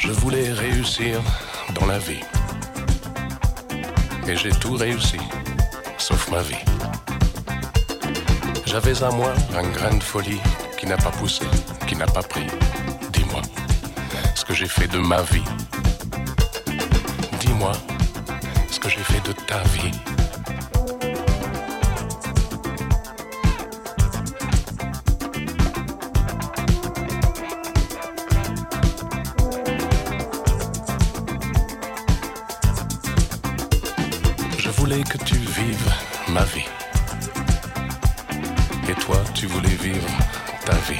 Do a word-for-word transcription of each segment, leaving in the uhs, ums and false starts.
Je voulais réussir dans la vie. Et j'ai tout réussi, sauf ma vie. J'avais à moi un grain de folie qui n'a pas poussé, qui n'a pas pris. Dis-moi ce que j'ai fait de ma vie. Dis-moi ce que j'ai fait de ta vie. Je voulais que tu vives ma vie. Et toi, tu voulais vivre ta vie.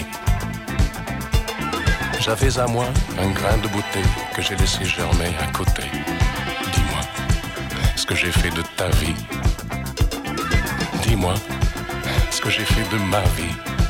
J'avais à moi un grain de beauté que j'ai laissé germer à côté. Dis-moi ce que j'ai fait de ta vie. Dis-moi ce que j'ai fait de ma vie.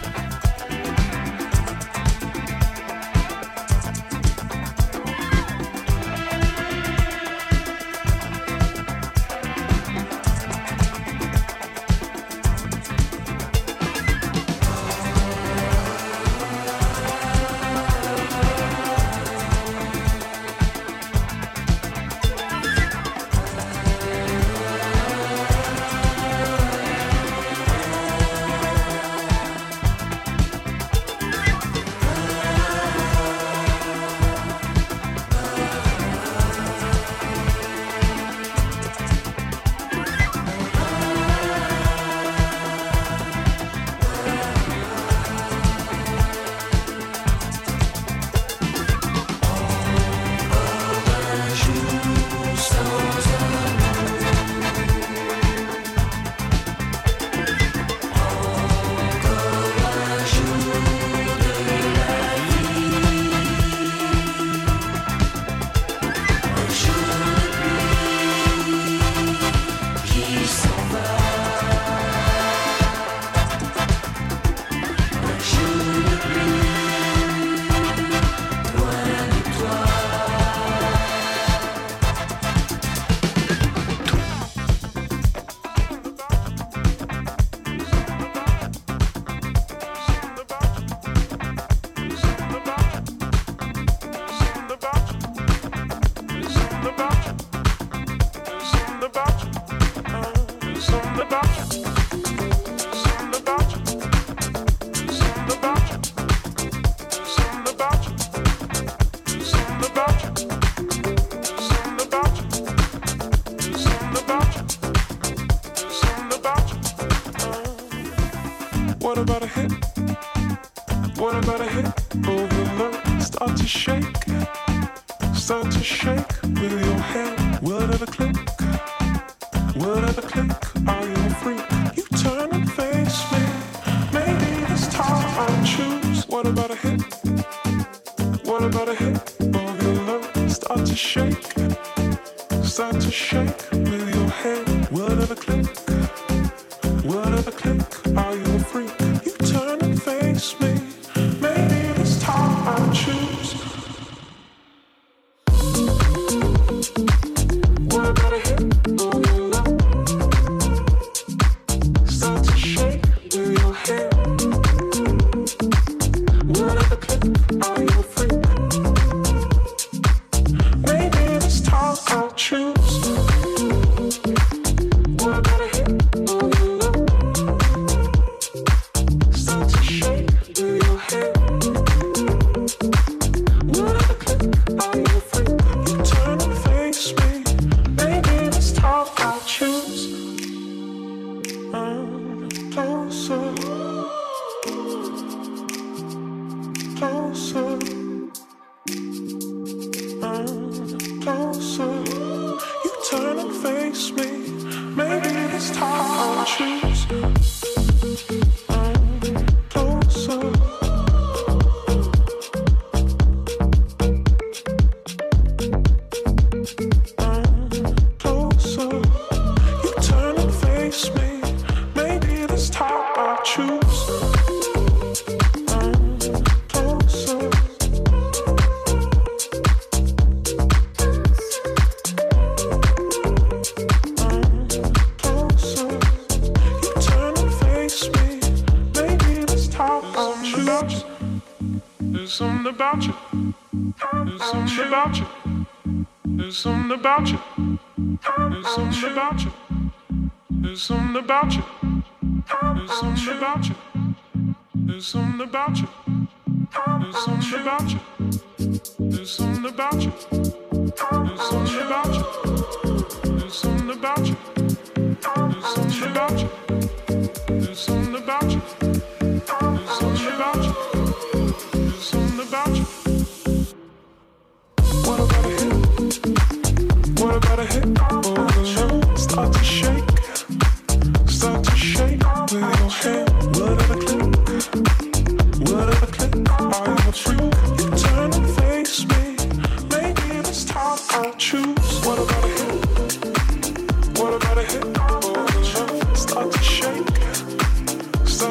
What about a hit? What about a hit? Oh, will love start to shake? Start to shake with your head. Will it ever click? Will it ever click? Are you a freak? You turn and face me. Maybe this time I'll choose. What about a hit? What about a hit? Oh, will love start to shake? Start to shake with your head. Will it ever click? Will it ever click? Are you a freak? You turn and face me. Maybe this time I'll choose. What about a hit? Oh, your love start to shake with your head. Will it ever click? Are you a freak? Maybe this time I'll choose. What about a hit? Oh, your love start to shake with your head. Will it ever click? Are you a freak? You turn and face me. Maybe this time I'll choose. I'm closer, closer. I'm closer. You turn and face me. Maybe this time I'll choose. I'm closer. I'm closer. You turn and face me. Maybe this time I'll choose. I'm closer. There's something about you. There's something about you. There's something about you. There's something about you. There's something about you. There's something about you. There's something about you. There's something about you. There's something about you. There's something about you. There's something about you. There's something about you. There's something about you. There's something about you. There's something about you. What about a hit? What about a hit? Oh, love, start to shake. Start to shake with your hand. What at a click? What at a click? Are you a freak? You turn and face me. Maybe this time I'll choose. What about a hit? What about a hit? Oh, love, start to shake. Start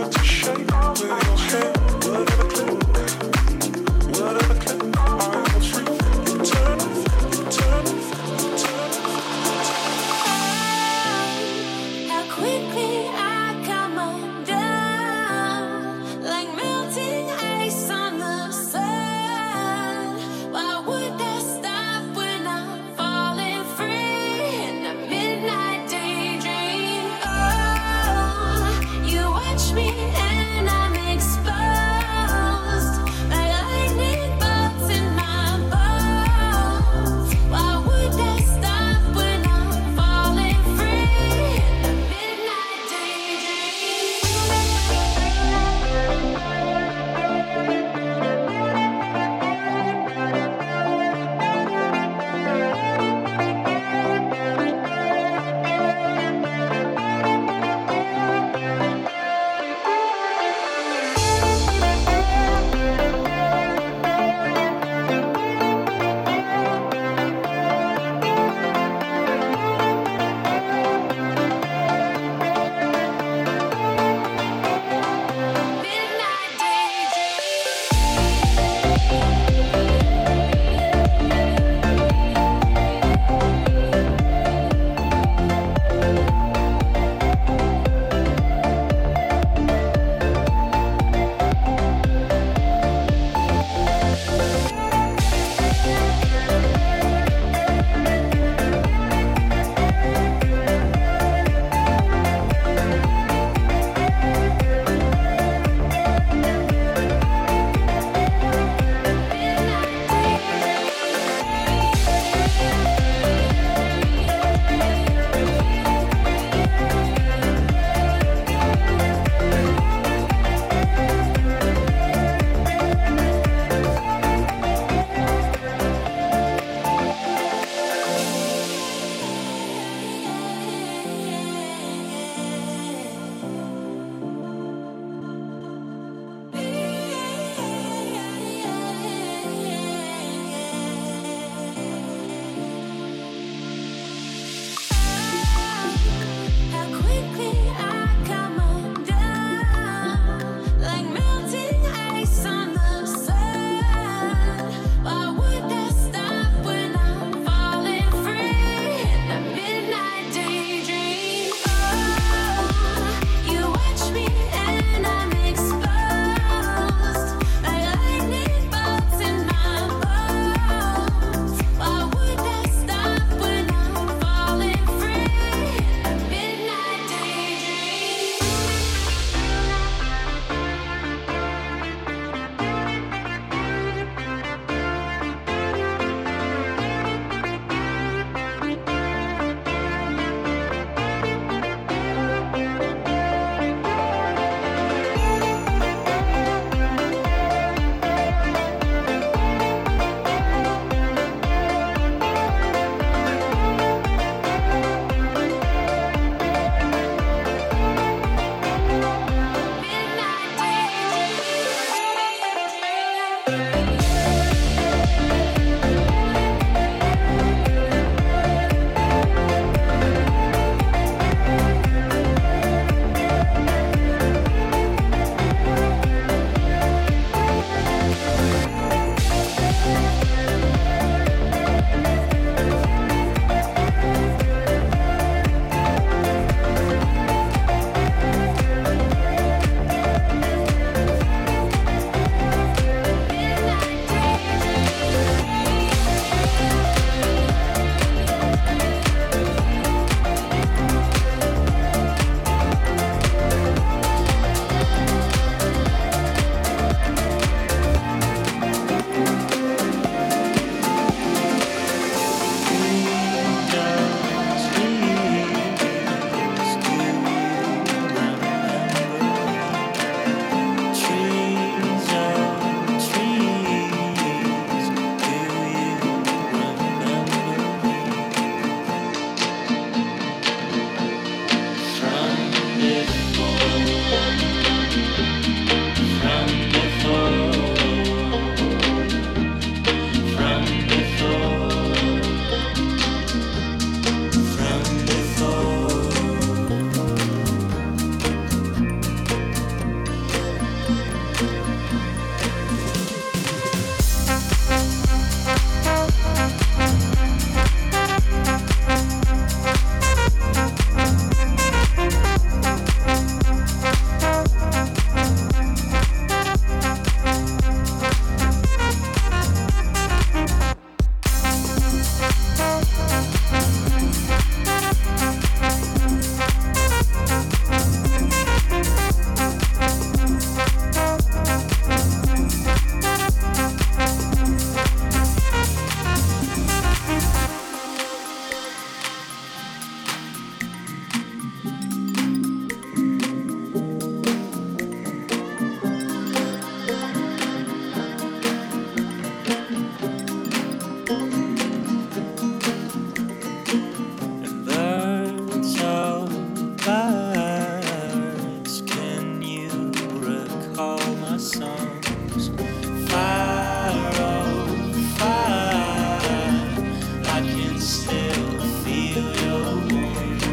my songs. Fire, oh fire, I can still feel your warmth.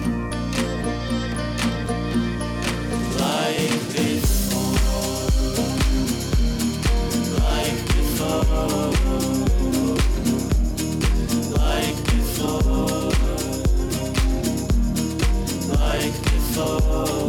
Like before, like before, like before, like before.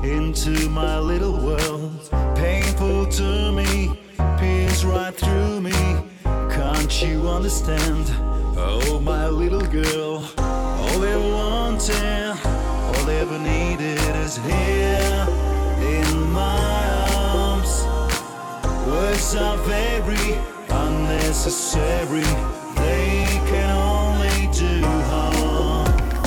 into my little world. Painful to me, pierce right through me. Can't you understand? Oh, my little girl. All they wanted, all they ever needed is here in my arms. Words are very unnecessary. They can only do harm.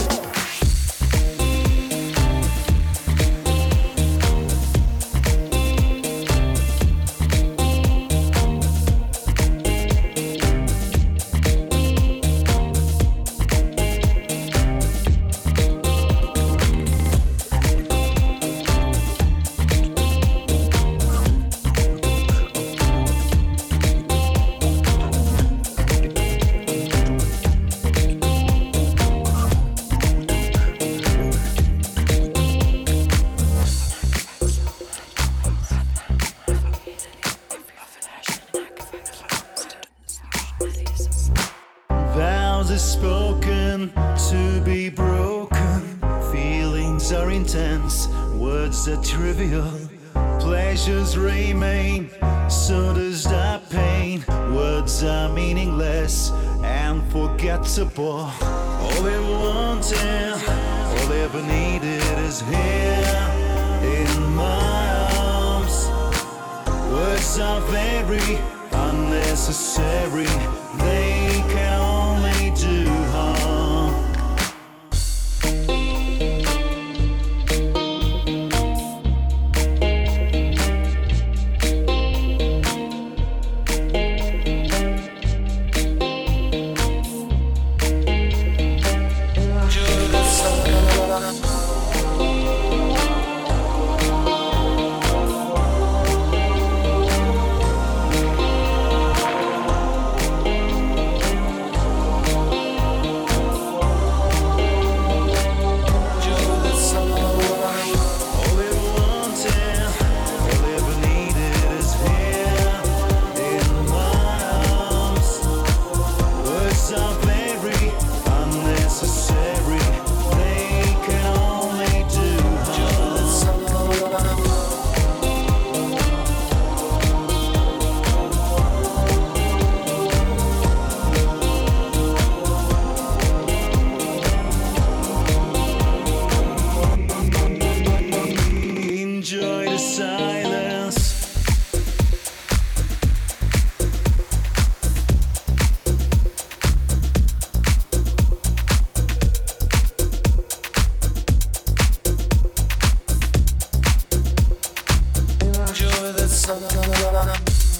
Vows are spoken to be broken. Feelings are intense, words are trivial. Pleasures remain, so does that pain. Words are meaningless and forgettable. All they wanted, all they ever needed is here in my arms. Words are very unnecessary. They can only do harm. Enjoy the silence. Enjoy the sun.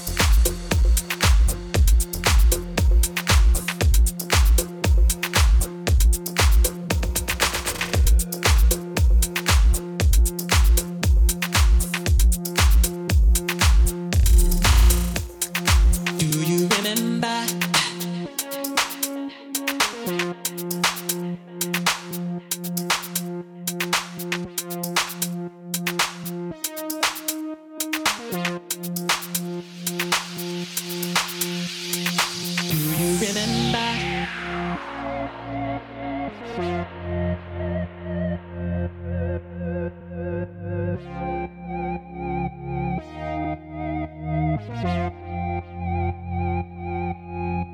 Do you remember? Do you remember?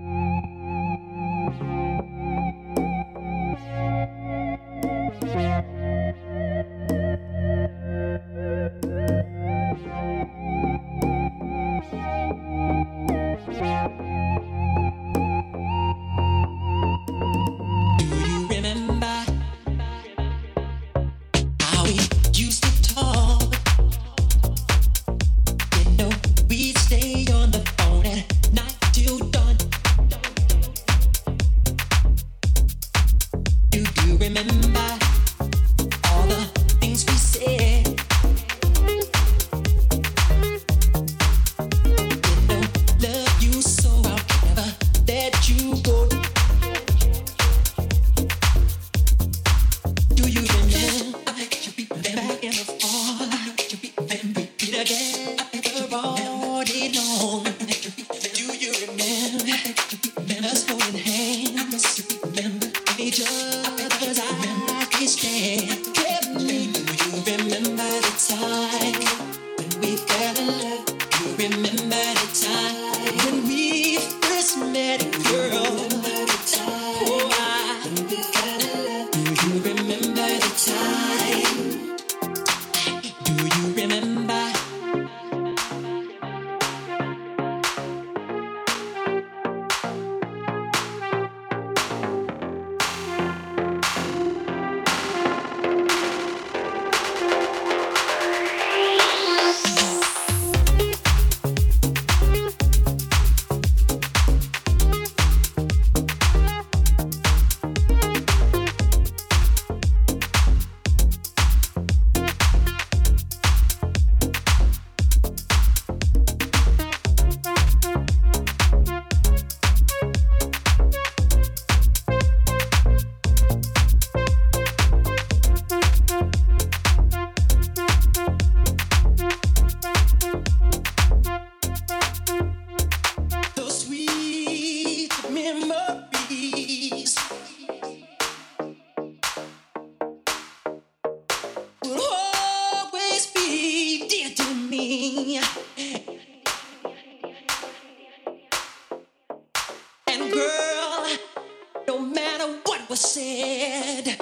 girl, no matter what was said.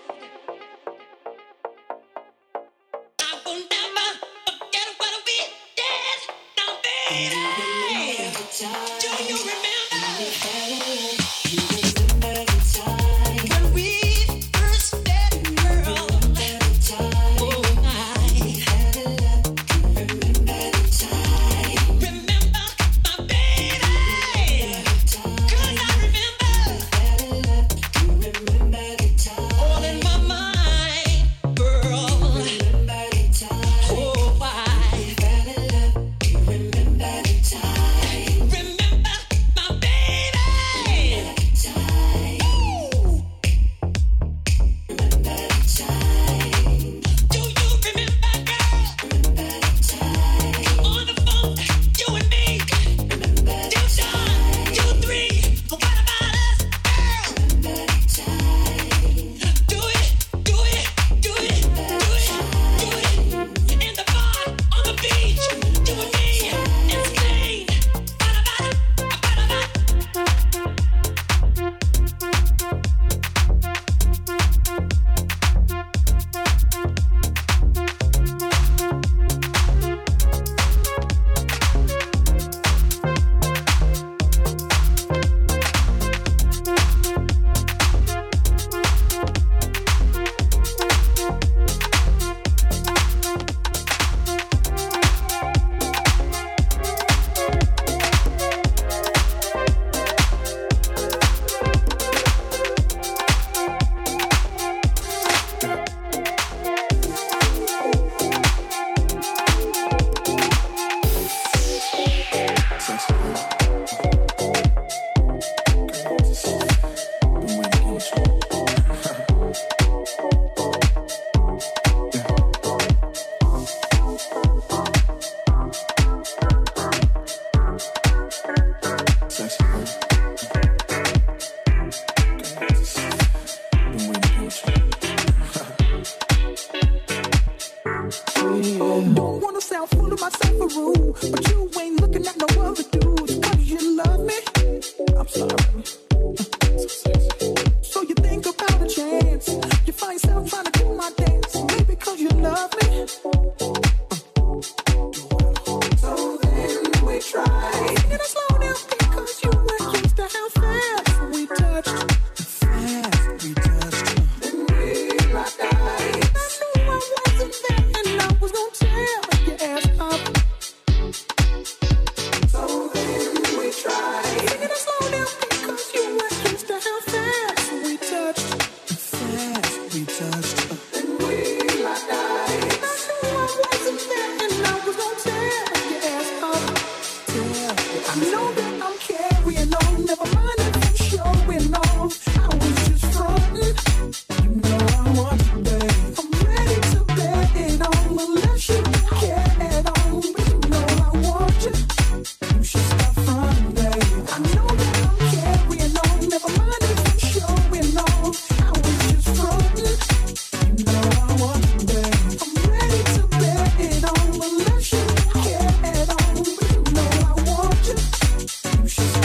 I will never forget what we did. Now, baby, do you remember? When we first met, girl. Oh, I remember my baby. 'Cause I remember all in my mind, girl. Oh, I remember my baby. Ooh. Do you remember, girl? On the phone, you and me. You John, you three. What about us, girl? Do it, do it, do it, do it, do it. In the bar, on the beach, you and me. It's clean. What about it? What about it? Don't wanna sound full of myself or rude, but you ain't looking at no other dudes. Cause you love me. I'm sorry. So you think about a chance. You find yourself trying to do my dance. Maybe cause you love me. So then we try. Singing it slow down because you were used to how fast we touched. Fast we touched. Then we locked eyes. I knew I wasn't there and I was gonna tear your ass up. So then we tried. Singing it slow down because you were used to how fast we touched. Fast we touched. Then we locked eyes. I knew I wasn't there and I was gonna tear your ass up. Tear. I know that I'm carrying on. Never mind if I'm showing off. I was just frontin'. You know I want you, babe. I'm ready to bet it on unless you care at all. But you know I want you. You should stop frontin', babe. I know that I'm carrying on. Never mind if I'm showing off. I was just frontin'. You know I want you, babe. I'm ready to bet it on unless you care at all. But you know I want you. You should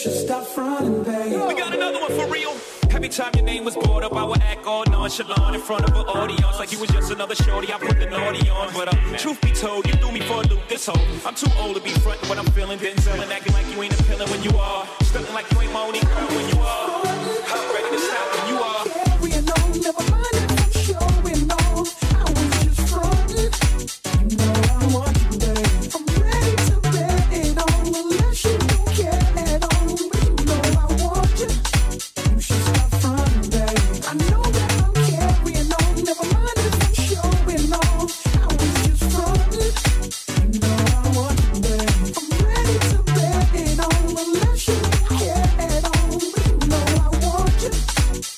should stop fronting, babe. We got another one for real. Every time your name was brought up, I would act all nonchalant in front of an audience, like you was just another shorty. I put the naughty on, but uh, truth be told, you threw me for a loop this whole. I'm too old to be frontin' what I'm feeling, Denzel and acting like you ain't appealing when you are, stuntin' like you ain't Monique girl when you are. I'm ready to stop when you are. Carrying on, never mind if I'm showing off. I was just frontin'. You know I want you, babe. I'm ready to bet it on, unless you don't care at all. But you know I want you. You should stop frontin', babe. I know that I'm carrying on, never mind if I'm showing off. I was just frontin'. You know I want you, babe. I'm ready to bet it on, unless you don't care at all. But you know I want you.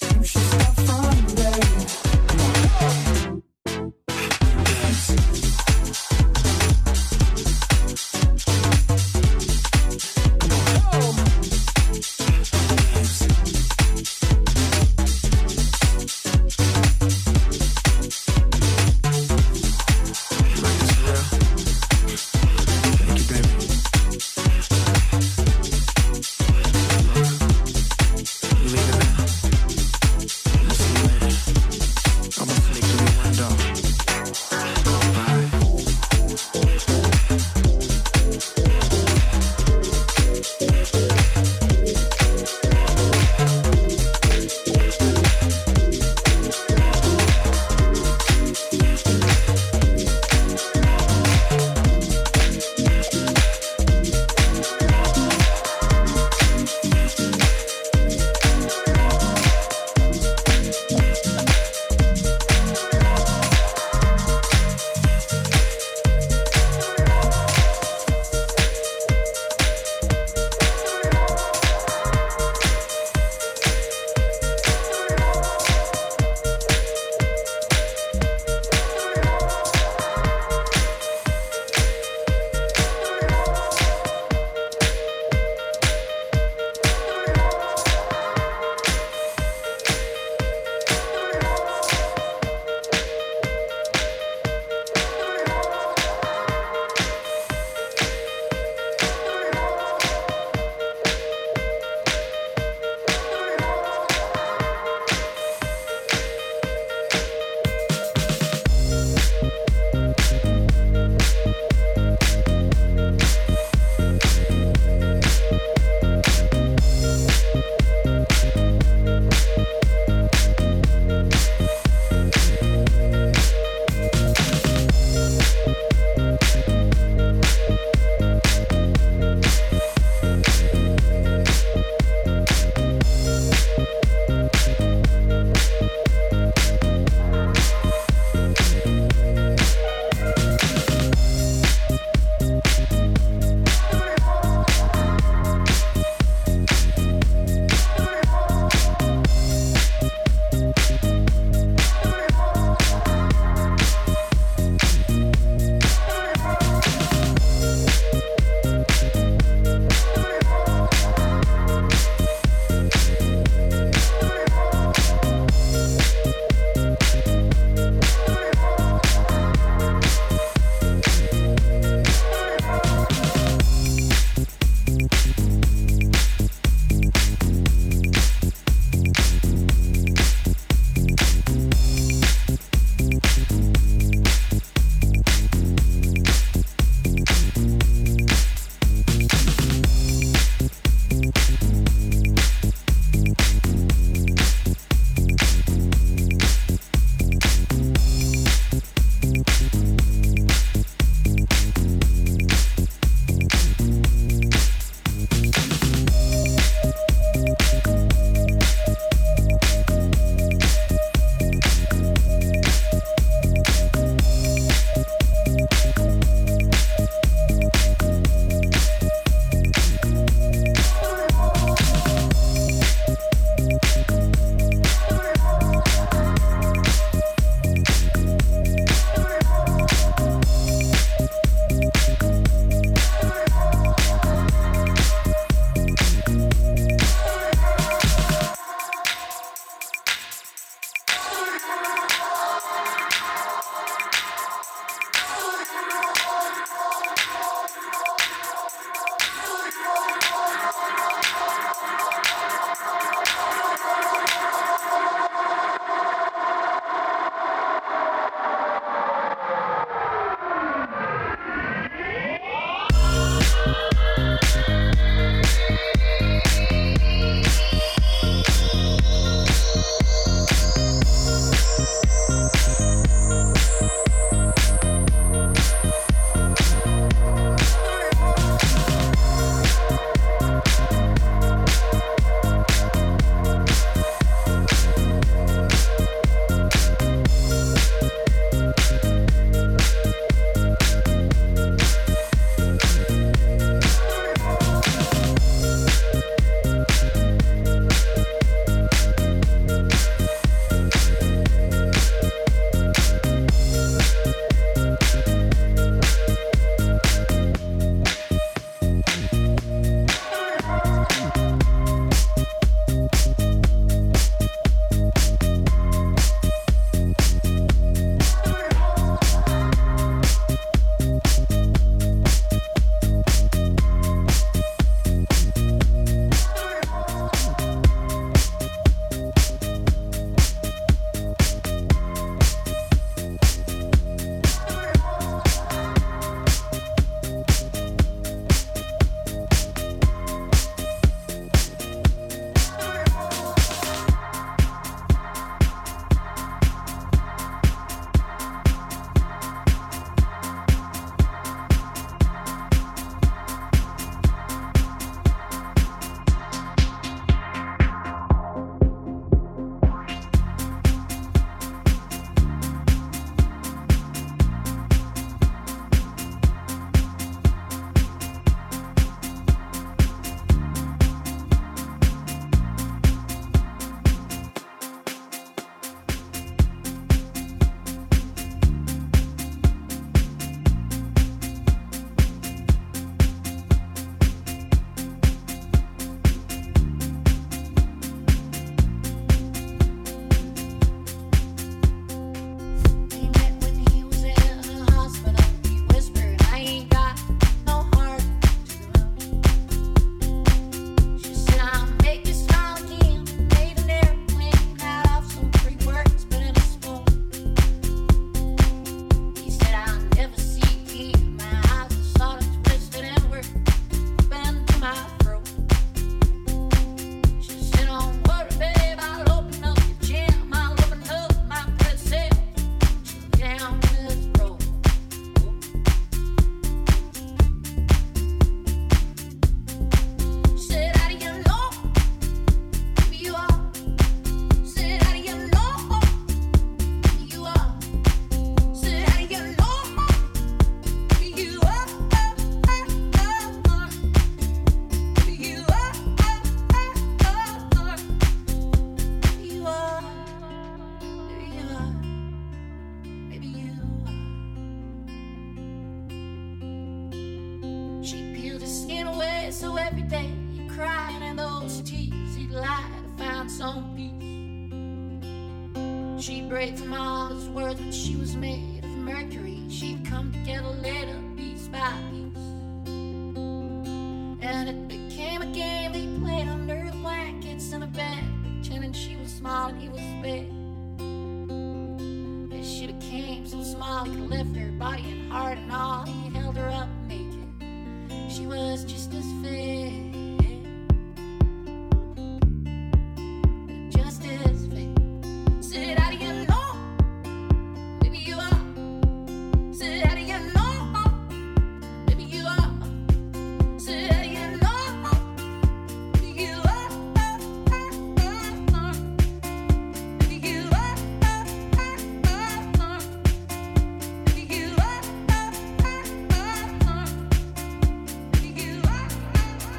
so every day he'd cry, and in those tears he'd lie to find some peace. She'd break from all his words, but she was made of mercury. She'd come together later, piece by piece. And it became a game they played under the blankets in a bed, pretending she was small and he was big. Yeah, she became so small he could lift her body and heart and all. He held her up naked. She was just as fit, just as fit. Said, how do you know? Maybe you are. Said, how do you know? Maybe you are. Said, how do you know? Maybe you are. Maybe you are. Maybe you are. Maybe you are.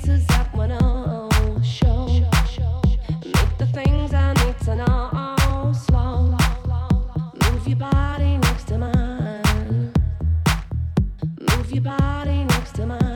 pieces that wanna show. Make the things I need to know slow. Move your body next to mine. Move your body next to mine.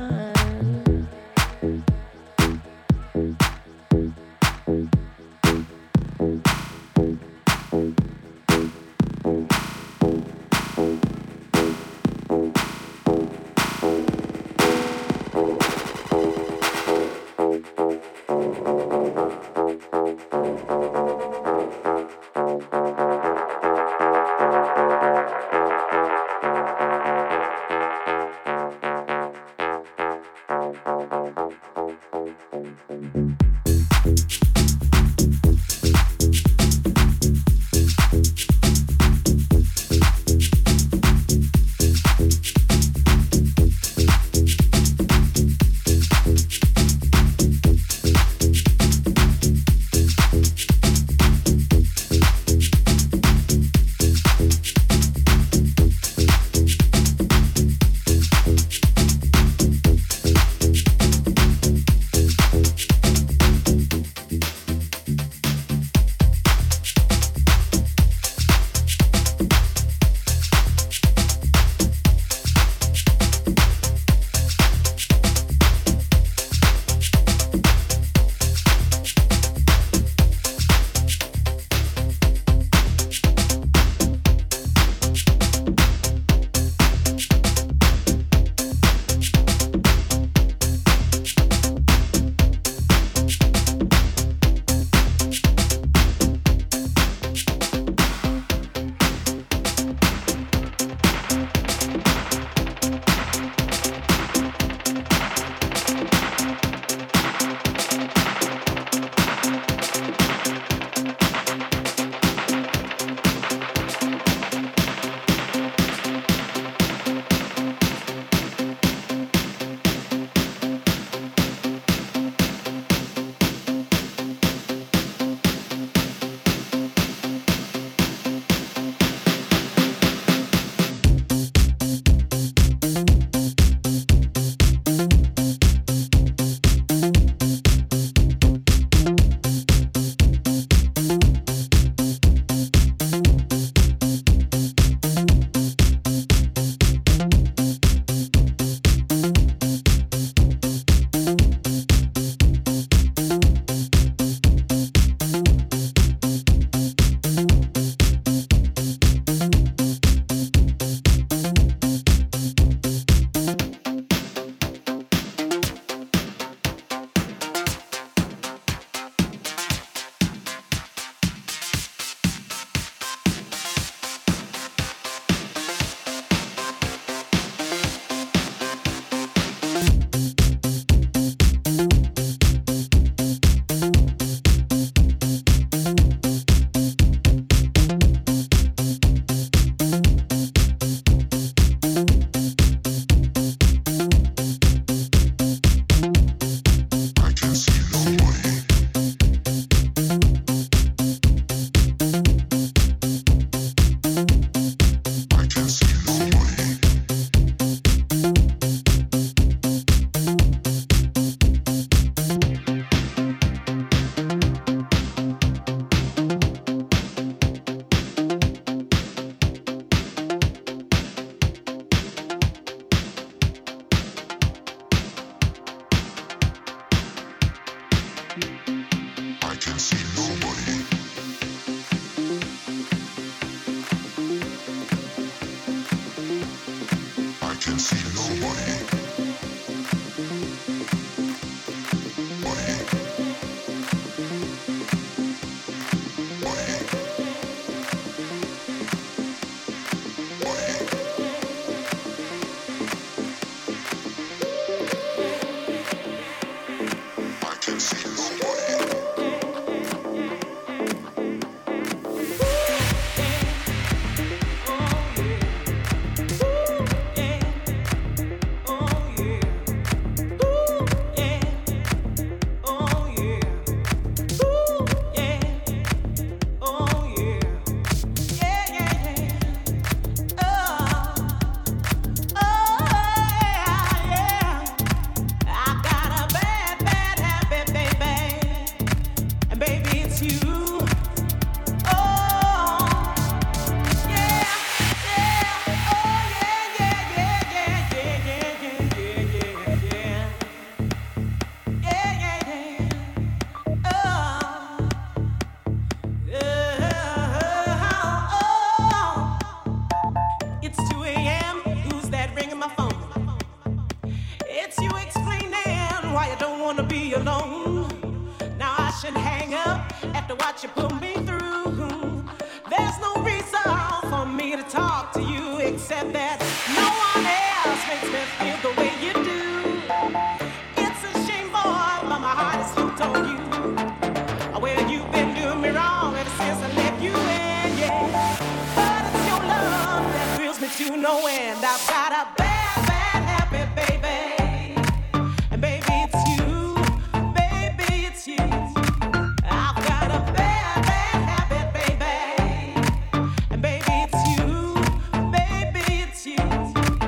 alone. Now I should hang up after what you put me through. There's no reason for me to talk to you except that no one else makes me feel the way you do. It's a shame, boy, but my heart is hooked on you. Well, you've been doing me wrong ever since I left you in, yeah. But it's your love that thrills me to no end. I've got a bad, bad habit, baby. And baby, it's you. Baby, it's you. I've got a bad, bad habit, baby. And baby, it's you. Baby, it's you.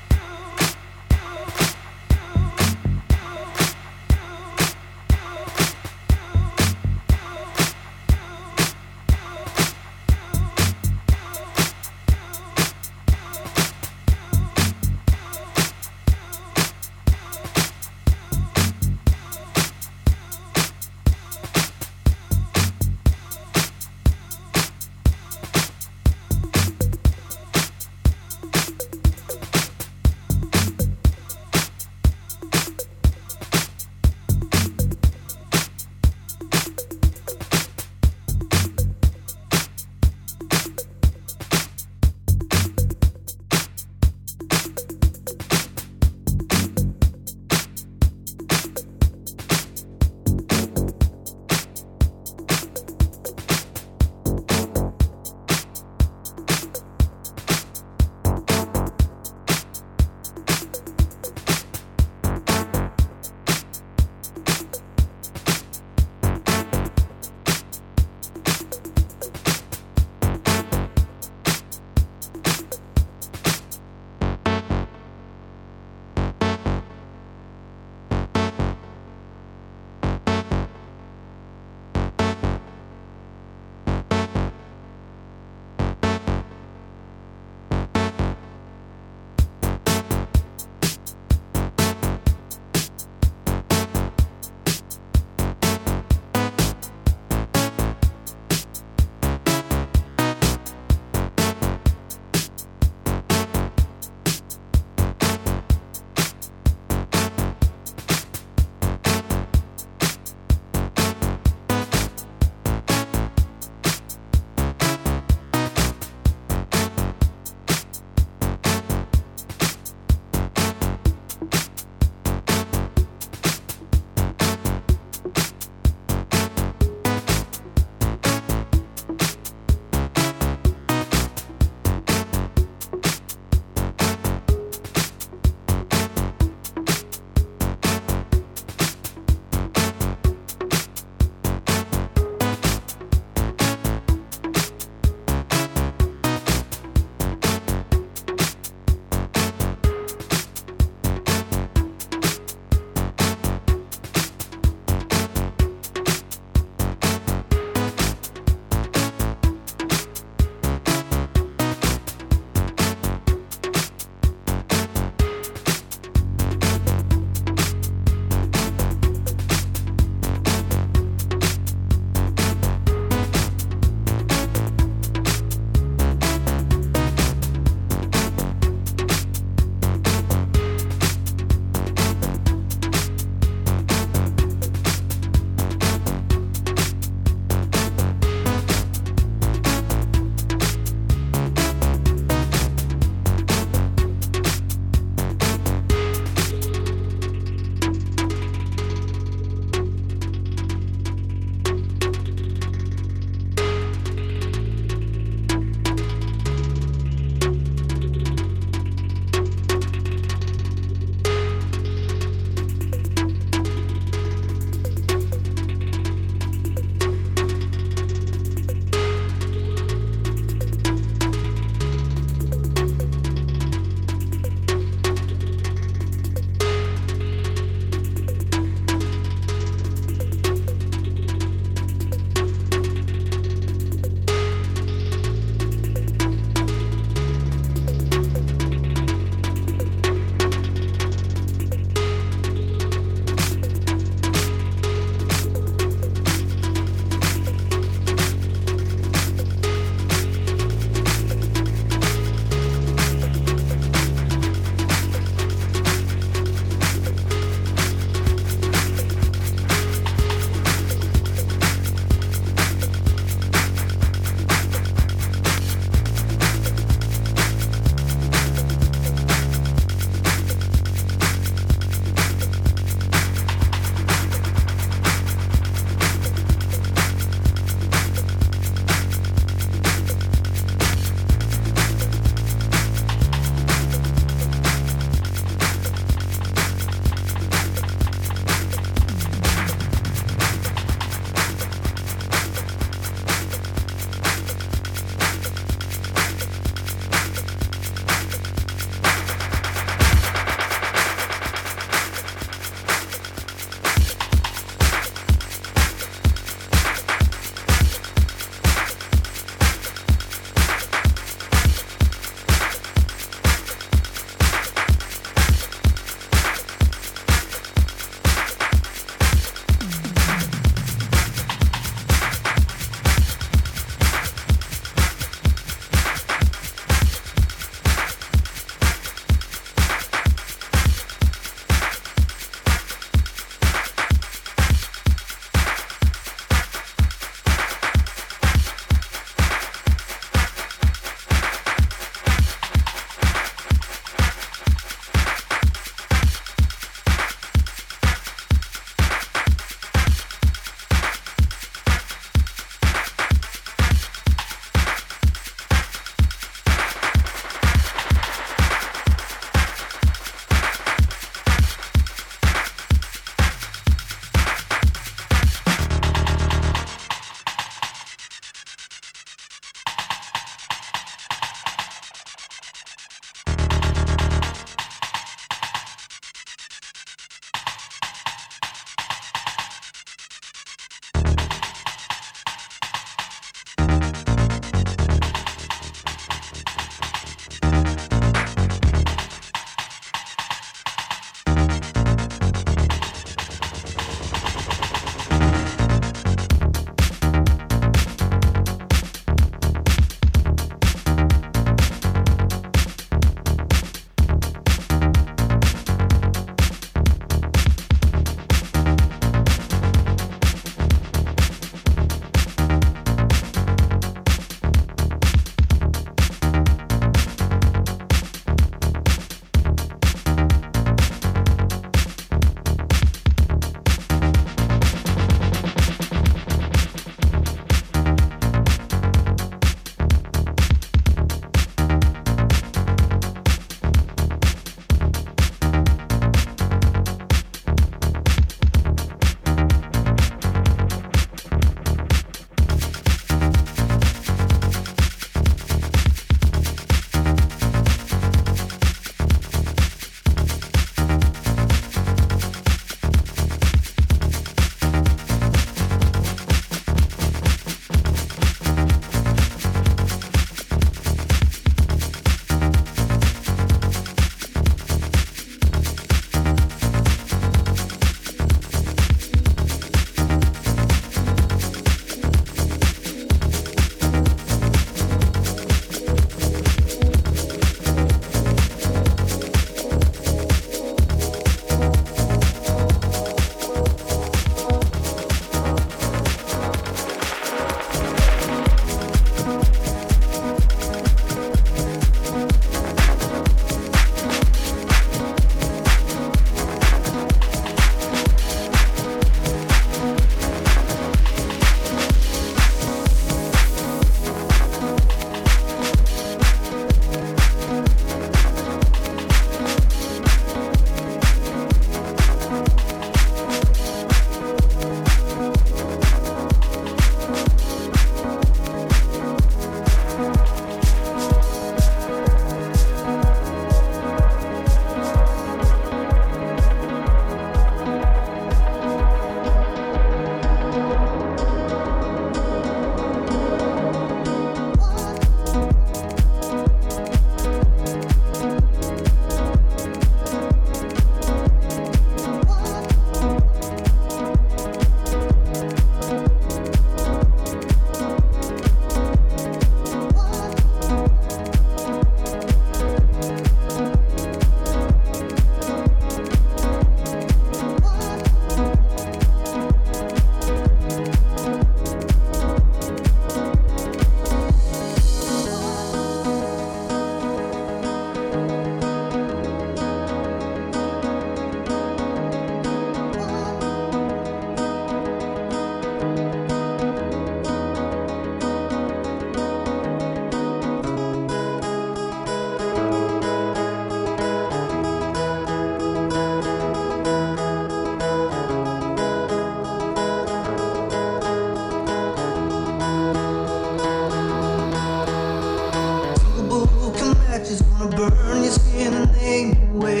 way.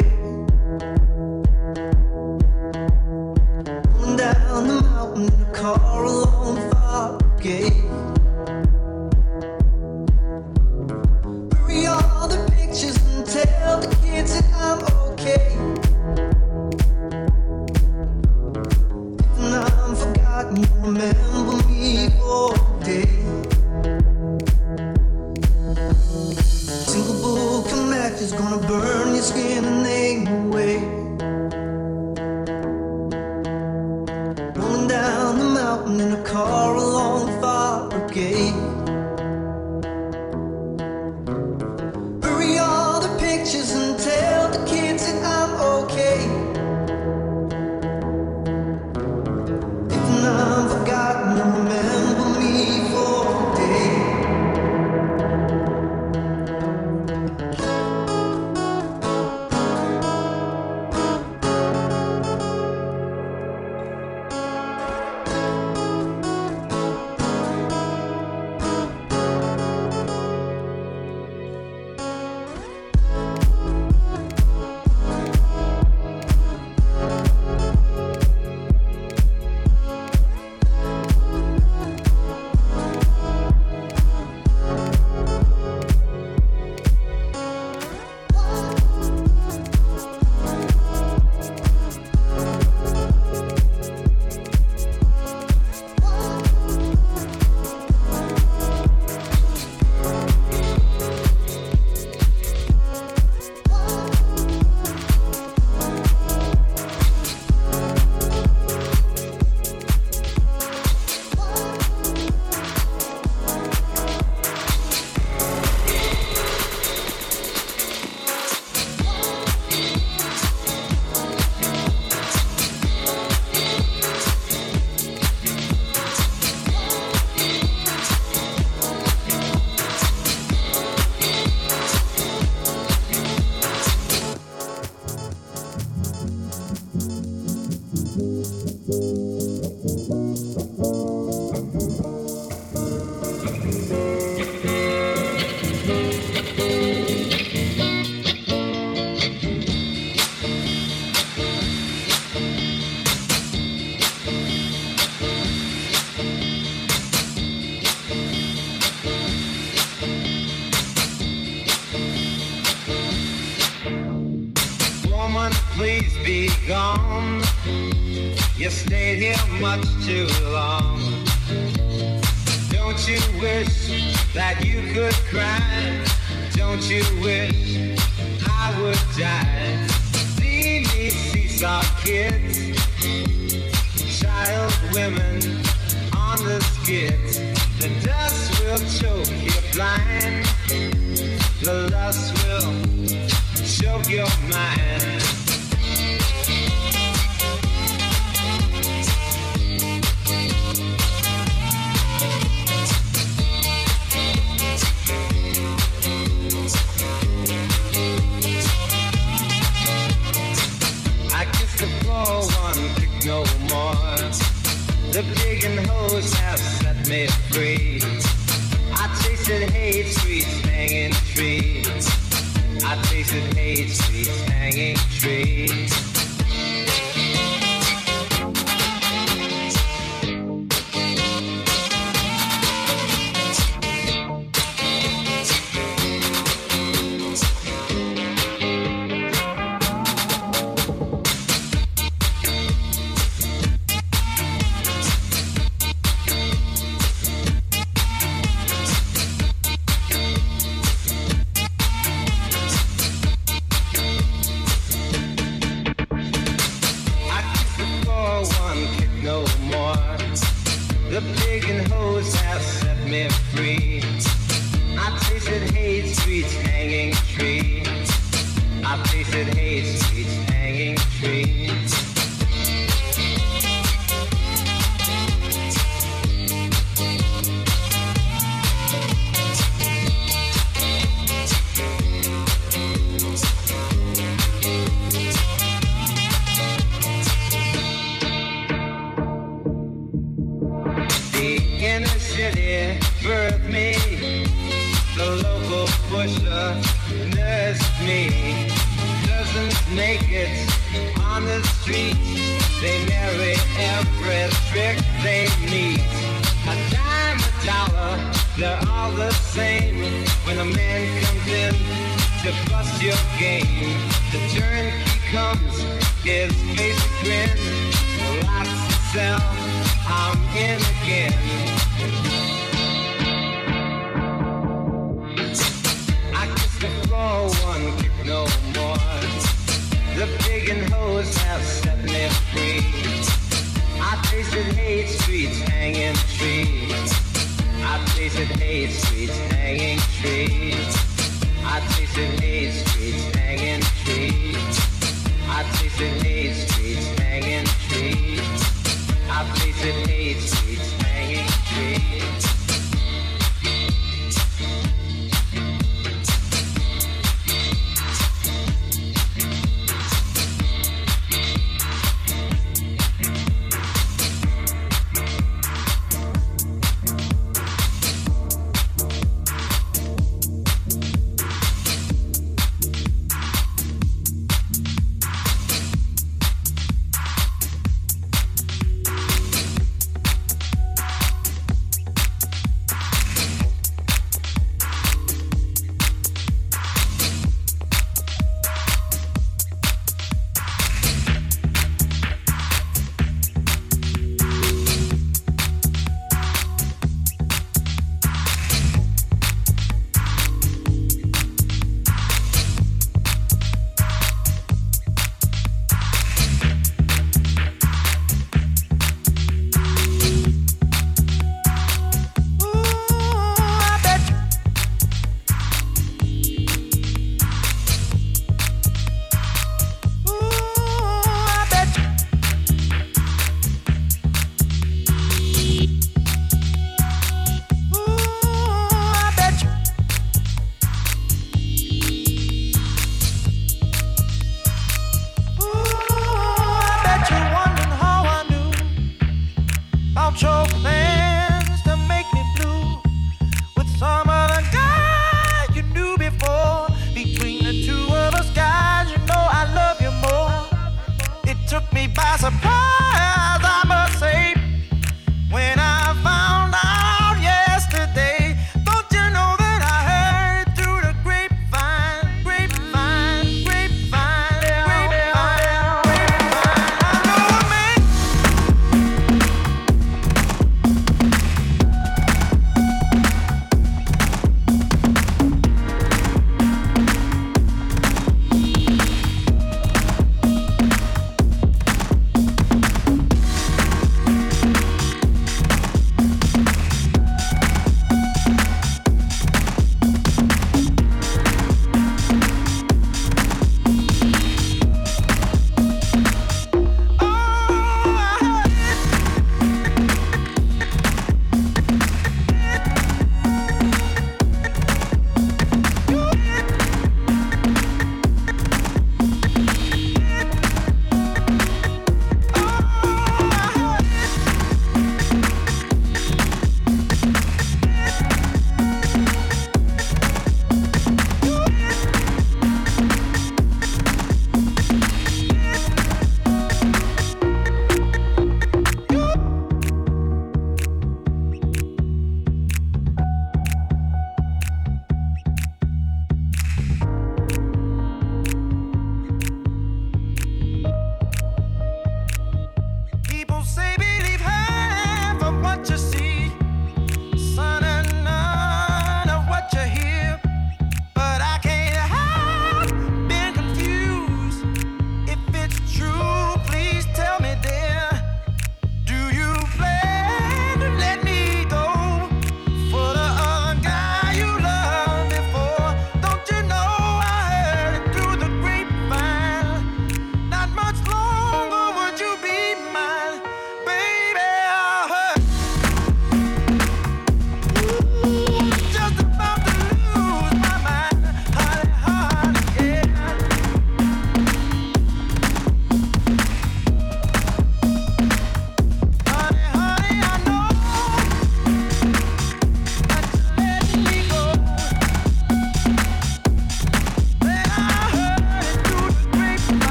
Rolling down the mountain in a car along the far gate. Bury all the pictures and tell the kids that I'm okay. If I'm forgotten, remember me for a day. Single book of matches gonna burn your skin and name away. Rolling down the mountain in a car along the fire brigade. Bury all the pictures and tell the kids that I'm okay. If I'm forgotten, remember me for a day. Woman, please be gone. You stayed here much too long. Don't you wish that you could cry? Don't you wish I would die? See me seesaw kids, child women on the skids. The dust will choke you blind. The lust will choke your mind. I kiss the floor, one kick no more. The pig and hose have set me free. I tasted hate, sweets hanging trees. I tasted hate, sweets hanging trees. The pig and hose have set me free. I tasted hate, sweets hanging trees. I tasted hate, sweets hanging trees. The inner city birthed me naked on the street. They marry every trick they meet. A dime, a dollar, they're all the same. When a man comes in to bust your game, the turnkey comes, his face a grin. Lots to sell, I'm in again. I kiss the floor, one kick no more. The pig and hose have set me free. I tasted hate streets, hanging trees. I tasted hate streets, hanging trees. I tasted hate streets, hanging trees. I tasted hate streets, hanging trees. I tasted hate streets, hanging trees.